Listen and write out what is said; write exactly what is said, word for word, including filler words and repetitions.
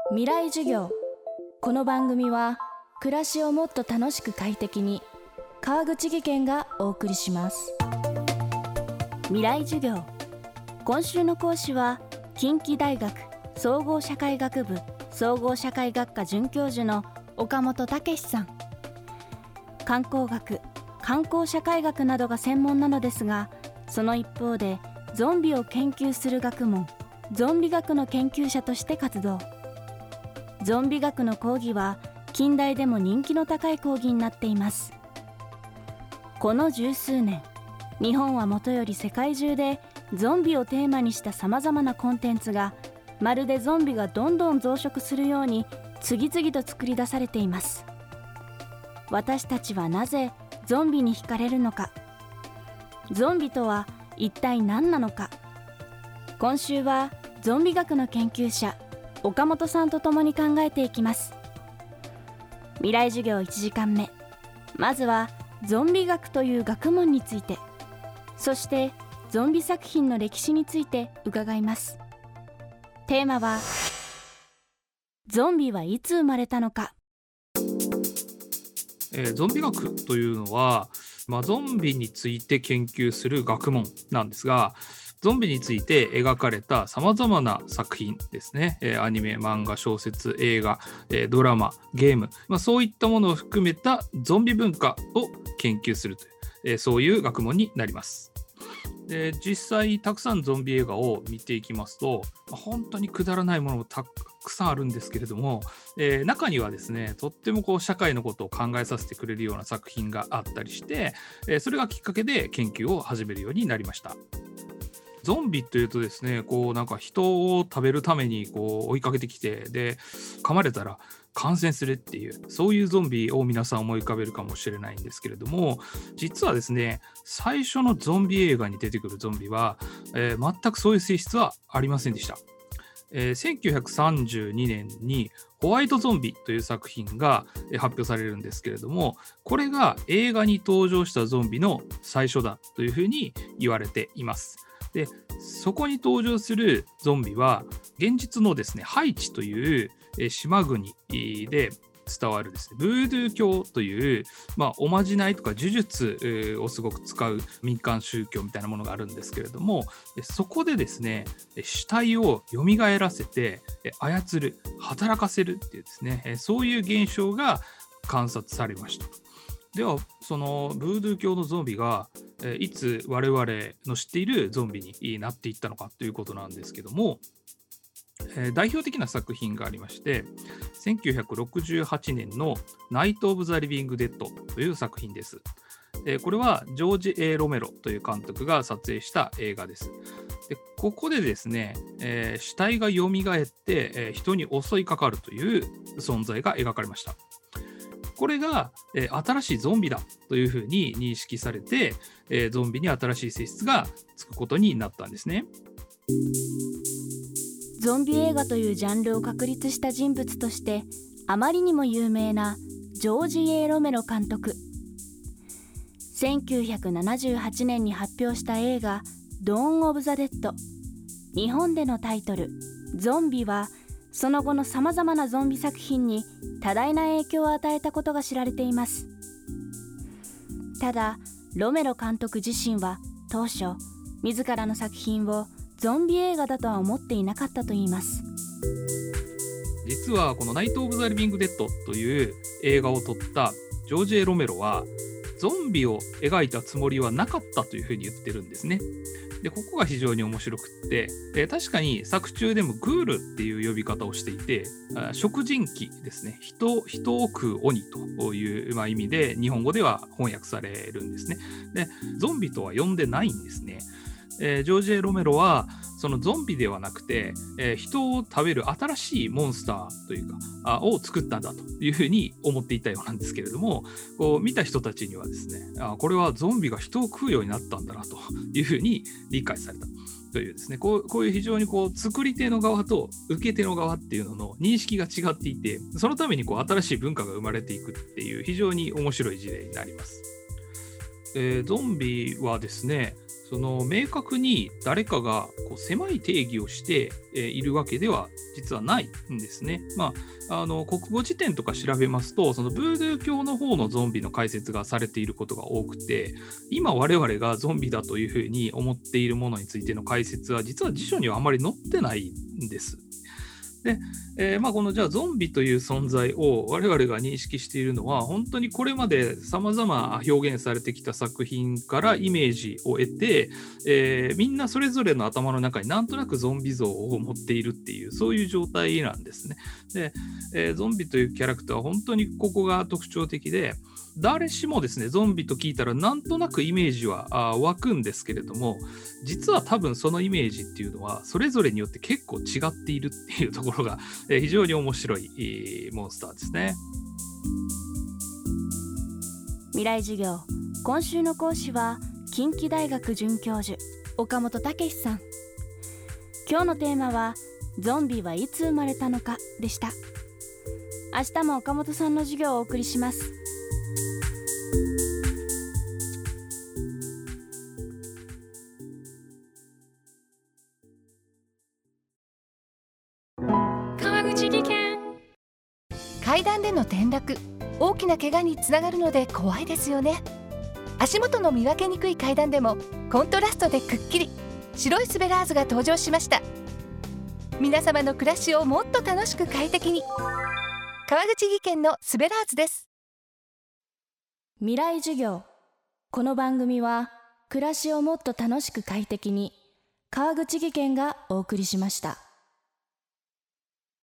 未来授業。この番組は暮らしをもっと楽しく快適に、川口義賢がお送りします。未来授業。今週の講師は近畿大学総合社会学部総合社会学科准教授の岡本武さん。観光学、観光社会学などが専門なのですが、その一方でゾンビを研究する学問、ゾンビ学の研究者として活動。ゾンビ学の講義は近代でも人気の高い講義になっています。この十数年、日本はもとより世界中でゾンビをテーマにしたさまざまなコンテンツが、まるでゾンビがどんどん増殖するように次々と作り出されています。私たちはなぜゾンビに惹かれるのか、ゾンビとは一体何なのか。今週はゾンビ学の研究者岡本さんと共に考えていきます。未来授業いちじかんめ、まずはゾンビ学という学問について、そしてゾンビ作品の歴史について伺います。テーマは、ゾンビはいつ生まれたのか。 えー、ゾンビ学というのは、まあ、ゾンビについて研究する学問なんですが、ゾンビについて描かれたさまざまな作品ですね、えー、アニメ、漫画、小説、映画、えー、ドラマ、ゲーム、まあ、そういったものを含めたゾンビ文化を研究するという、えー、そういう学問になります。で、実際たくさんゾンビ映画を見ていきますと、本当にくだらないものもたくさんあるんですけれども、えー、中にはですね、とってもこう社会のことを考えさせてくれるような作品があったりして、えー、それがきっかけで研究を始めるようになりました。ゾンビというとですね、こうなんか人を食べるためにこう追いかけてきて、で噛まれたら感染するっていう、そういうゾンビを皆さん思い浮かべるかもしれないんですけれども、実はですね、最初のゾンビ映画に出てくるゾンビは、えー、全くそういう性質はありませんでした。えー、せんきゅうひゃくさんじゅうにねんにホワイトゾンビという作品が発表されるんですけれども、これが映画に登場したゾンビの最初だというふうに言われています。で、そこに登場するゾンビは現実のですね、ハイチという島国で伝わるですね、ブードゥー教という、まあ、おまじないとか呪術をすごく使う民間宗教みたいなものがあるんですけれども、そこでですね、死体を蘇らせて操る、働かせるっていうですね、そういう現象が観察されました。では、そのブードゥー教のゾンビがいつ我々の知っているゾンビになっていったのかということなんですけども、えー、代表的な作品がありまして、せんきゅうひゃくろくじゅうはちねんのナイト・オブ・ザ・リビング・デッドという作品です。えー、これはジョージ・エー・ロメロという監督が撮影した映画です。で、ここでですね、えー、死体が蘇って、えー、人に襲いかかるという存在が描かれました。これが、えー、新しいゾンビだというふうに認識されて、えー、ゾンビに新しい性質がつくことになったんですね。 ゾンビ映画というジャンルを確立した人物としてあまりにも有名なジョージ・エー・ロメロ監督。せんきゅうひゃくななじゅうはちねんに発表した映画ドーン・オブ・ザ・デッド、日本でのタイトルゾンビは、その後のさまざまなゾンビ作品に多大な影響を与えたことが知られています。ただ、ロメロ監督自身は当初自らの作品をゾンビ映画だとは思っていなかったといいます。 実はこのナイト・オブ・ザ・リビング・デッドという映画を撮ったジョージ・エー・ロメロはゾンビを描いたつもりはなかったというふうに言ってるんですね。で、ここが非常に面白くって、えー、確かに作中でもグールっていう呼び方をしていて、食人鬼ですね、人、人を食う鬼という、まあ、意味で日本語では翻訳されるんですね。で、ゾンビとは呼んでないんですね。えー、ジョージ・エー・ロメロはそのゾンビではなくて、えー、人を食べる新しいモンスターというかあを作ったんだというふうに思っていたようなんですけれども、こう見た人たちにはですね、あこれはゾンビが人を食うようになったんだなというふうに理解されたというですね、こう、こういう非常にこう作り手の側と受け手の側っていうのの認識が違っていて、そのためにこう新しい文化が生まれていくっていう非常に面白い事例になります。えー、ゾンビはですね、 その明確に誰かがこう狭い定義をしているわけでは実はないんですね。まあ、あの国語辞典とか調べますと、そのブードゥー教の方のゾンビの解説がされていることが多くて、今我々がゾンビだというふうに思っているものについての解説は実は辞書にはあまり載ってないんです。で、えーまあ、このじゃあゾンビという存在を我々が認識しているのは、本当にこれまでさまざま表現されてきた作品からイメージを得て、えーみんなそれぞれの頭の中になんとなくゾンビ像を持っているっていう、そういう状態なんですね。で、えーゾンビというキャラクターは本当にここが特徴的で、誰しもですね、ゾンビと聞いたらなんとなくイメージはあ湧くんですけれども、実は多分そのイメージっていうのはそれぞれによって結構違っているっていうところが、えー非常に面白い、えーモンスターですね。 未来授業、今週の講師は近畿大学准教授岡本武さん。今日のテーマはゾンビはいつ生まれたのかでした。明日も岡本さんの授業をお送りします。 川口技研。階段での転落、大きな怪我につながるので怖いですよね。足元の見分けにくい階段でもコントラストでくっきり白いスベラーズが登場しました。皆様の暮らしをもっと楽しく快適に、川口技研のスベラーズです。 未来授業。この番組は暮らしをもっと楽しく快適に、川口技研がお送りしました。